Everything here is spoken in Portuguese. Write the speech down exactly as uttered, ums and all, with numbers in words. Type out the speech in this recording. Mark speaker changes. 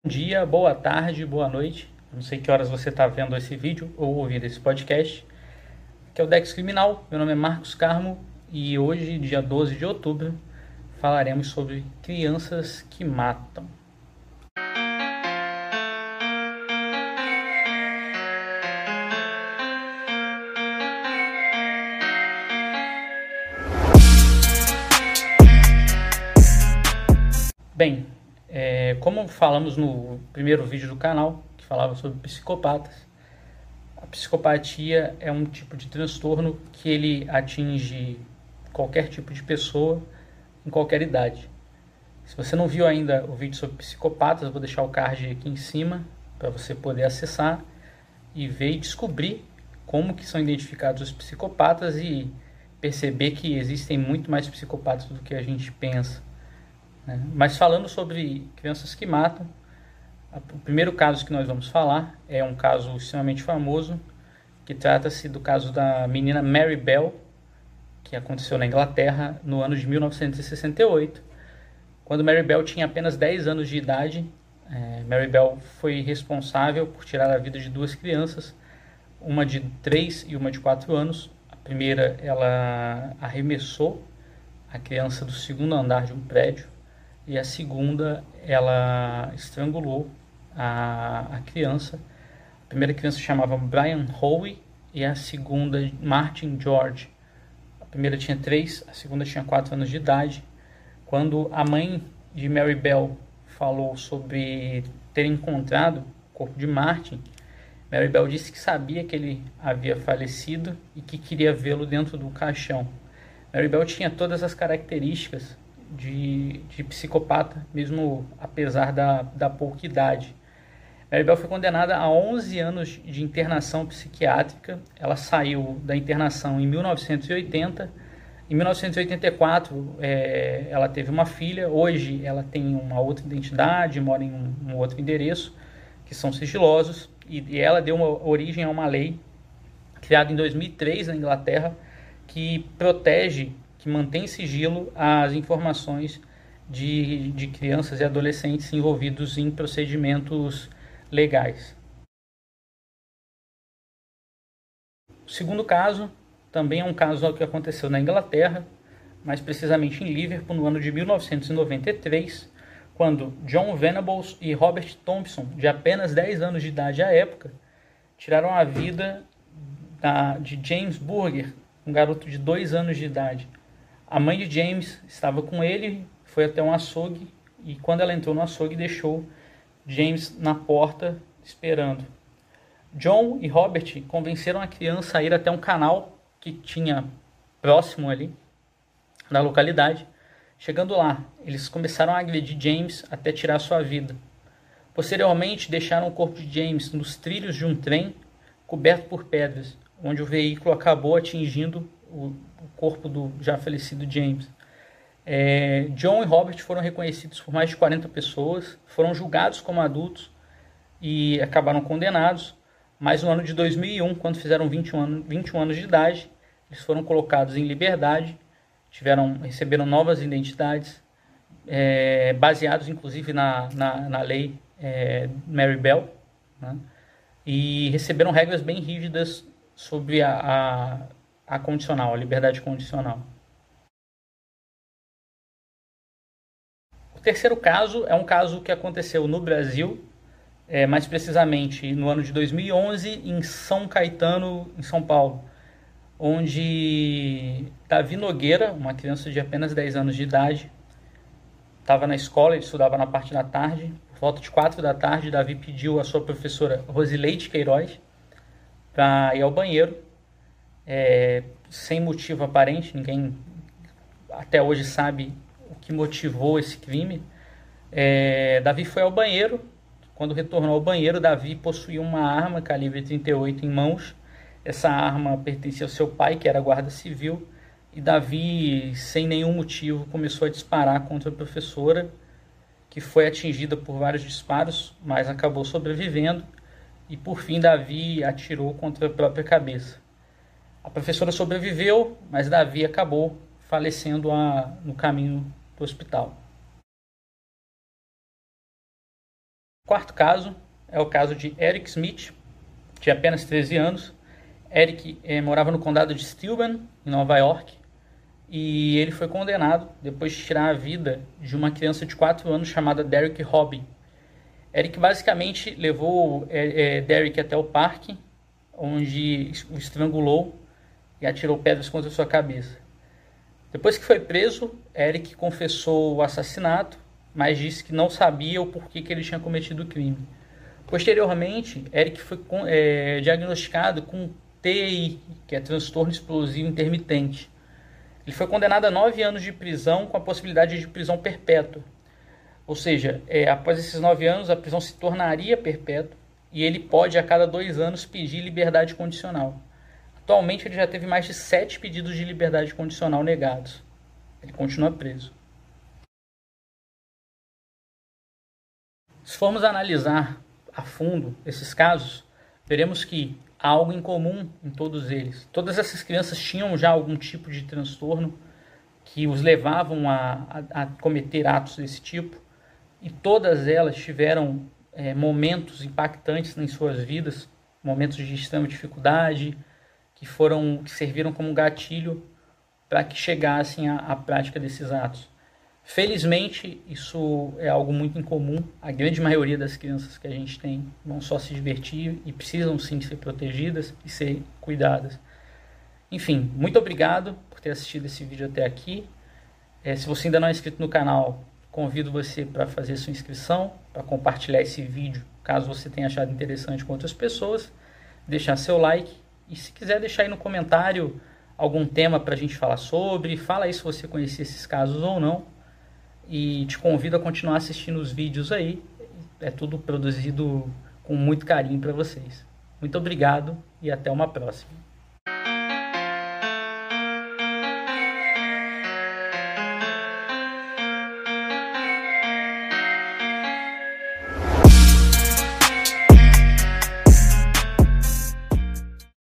Speaker 1: Dia, boa tarde, boa noite. Não sei que horas você está vendo esse vídeo ou ouvindo esse podcast. Aqui é o Dex Criminal, meu nome é Marcos Carmo e hoje, dia doze de outubro, falaremos sobre crianças que matam. Bem, é, como falamos no primeiro vídeo do canal, que falava sobre psicopatas, a psicopatia é um tipo de transtorno que ele atinge qualquer tipo de pessoa, em qualquer idade. Se você não viu ainda o vídeo sobre psicopatas, eu vou deixar o card aqui em cima para você poder acessar e ver e descobrir como que são identificados os psicopatas e perceber que existem muito mais psicopatas do que a gente pensa. Mas falando sobre crianças que matam, o primeiro caso que nós vamos falar é um caso extremamente famoso, que trata-se do caso da menina Mary Bell, que aconteceu na Inglaterra no ano de mil novecentos e sessenta e oito. Quando Mary Bell tinha apenas dez anos de idade, é, Mary Bell foi responsável por tirar a vida de duas crianças, uma de três e uma de quatro anos. A primeira, ela arremessou a criança do segundo andar de um prédio, e a segunda, ela estrangulou a, a criança. A primeira criança se chamava Brian Howe e a segunda, Martin George. A primeira tinha três, a segunda tinha quatro anos de idade. Quando a mãe de Mary Bell falou sobre ter encontrado o corpo de Martin, Mary Bell disse que sabia que ele havia falecido e que queria vê-lo dentro do caixão. Mary Bell tinha todas as características De, de psicopata, mesmo apesar da, da pouca idade. Mary Bell foi condenada a onze anos de internação psiquiátrica. Ela saiu da internação em mil novecentos e oitenta. Em mil novecentos e oitenta e quatro, é, ela teve uma filha. Hoje ela tem uma outra identidade, mora em um, um outro endereço, que são sigilosos. E, e ela deu uma origem a uma lei criada em dois mil e três na Inglaterra, que protege, que mantém sigilo as informações de, de crianças e adolescentes envolvidos em procedimentos legais. O segundo caso também é um caso que aconteceu na Inglaterra, mais precisamente em Liverpool, no ano de mil novecentos e noventa e três, quando John Venables e Robert Thompson, de apenas dez anos de idade à época, tiraram a vida da, de James Burger, um garoto de dois anos de idade. A mãe de James estava com ele, foi até um açougue e quando ela entrou no açougue deixou James na porta esperando. John e Robert convenceram a criança a ir até um canal que tinha próximo ali da localidade. Chegando lá, eles começaram a agredir James até tirar sua vida. Posteriormente, deixaram o corpo de James nos trilhos de um trem coberto por pedras, onde o veículo acabou atingindo o o corpo do já falecido James. É, John e Robert foram reconhecidos por mais de quarenta pessoas, foram julgados como adultos e acabaram condenados, mas no ano de dois mil e um, quando fizeram vinte e um anos, vinte e um anos de idade, eles foram colocados em liberdade, tiveram, receberam novas identidades, é, baseados inclusive na, na, na lei é, Mary Bell, né? E receberam regras bem rígidas sobre a, a a condicional, a liberdade condicional. O terceiro caso é um caso que aconteceu no Brasil, é, mais precisamente no ano de dois mil e onze, em São Caetano, em São Paulo, onde Davi Nogueira, uma criança de apenas dez anos de idade, estava na escola, ele estudava na parte da tarde. Por volta de quatro da tarde, Davi pediu à sua professora Rosileide Queiroz para ir ao banheiro. É, sem motivo aparente, ninguém até hoje sabe o que motivou esse crime. É, Davi foi ao banheiro. Quando retornou ao banheiro, Davi possuía uma arma calibre trinta e oito em mãos. Essa arma pertencia ao seu pai, que era guarda civil, e Davi, sem nenhum motivo, começou a disparar contra a professora, que foi atingida por vários disparos, mas acabou sobrevivendo, e por fim Davi atirou contra a própria cabeça. A professora sobreviveu, mas Davi acabou falecendo a, no caminho do hospital. Quarto caso é o caso de Eric Smith, de apenas treze anos. Eric eh, morava no condado de Steuben, em Nova York, e ele foi condenado depois de tirar a vida de uma criança de quatro anos chamada Derek Hobby. Eric basicamente levou é, é, Derek até o parque, onde o estrangulou e atirou pedras contra sua cabeça. Depois que foi preso, Eric confessou o assassinato, mas disse que não sabia o porquê que ele tinha cometido o crime. Posteriormente, Eric foi é, diagnosticado com T I, que é transtorno explosivo intermitente. Ele foi condenado a nove anos de prisão com a possibilidade de prisão perpétua. Ou seja, é, após esses nove anos, a prisão se tornaria perpétua e ele pode, a cada dois anos, pedir liberdade condicional. Atualmente, ele já teve mais de sete pedidos de liberdade condicional negados. Ele continua preso. Se formos analisar a fundo esses casos, veremos que há algo em comum em todos eles. Todas essas crianças tinham já algum tipo de transtorno que os levavam a, a, a cometer atos desse tipo, e todas elas tiveram é, momentos impactantes em suas vidas, momentos de extrema dificuldade, que foram que serviram como gatilho para que chegassem à, à prática desses atos. Felizmente, isso é algo muito incomum. A grande maioria das crianças que a gente tem vão só se divertir e precisam sim ser protegidas e ser cuidadas. Enfim, muito obrigado por ter assistido esse vídeo até aqui. É, se você ainda não é inscrito no canal, convido você para fazer sua inscrição, para compartilhar esse vídeo, caso você tenha achado interessante com outras pessoas, deixar seu like e se quiser deixar aí no comentário algum tema para a gente falar sobre, fala aí se você conhecia esses casos ou não. E te convido a continuar assistindo os vídeos aí. É tudo produzido com muito carinho para vocês. Muito obrigado e até uma próxima.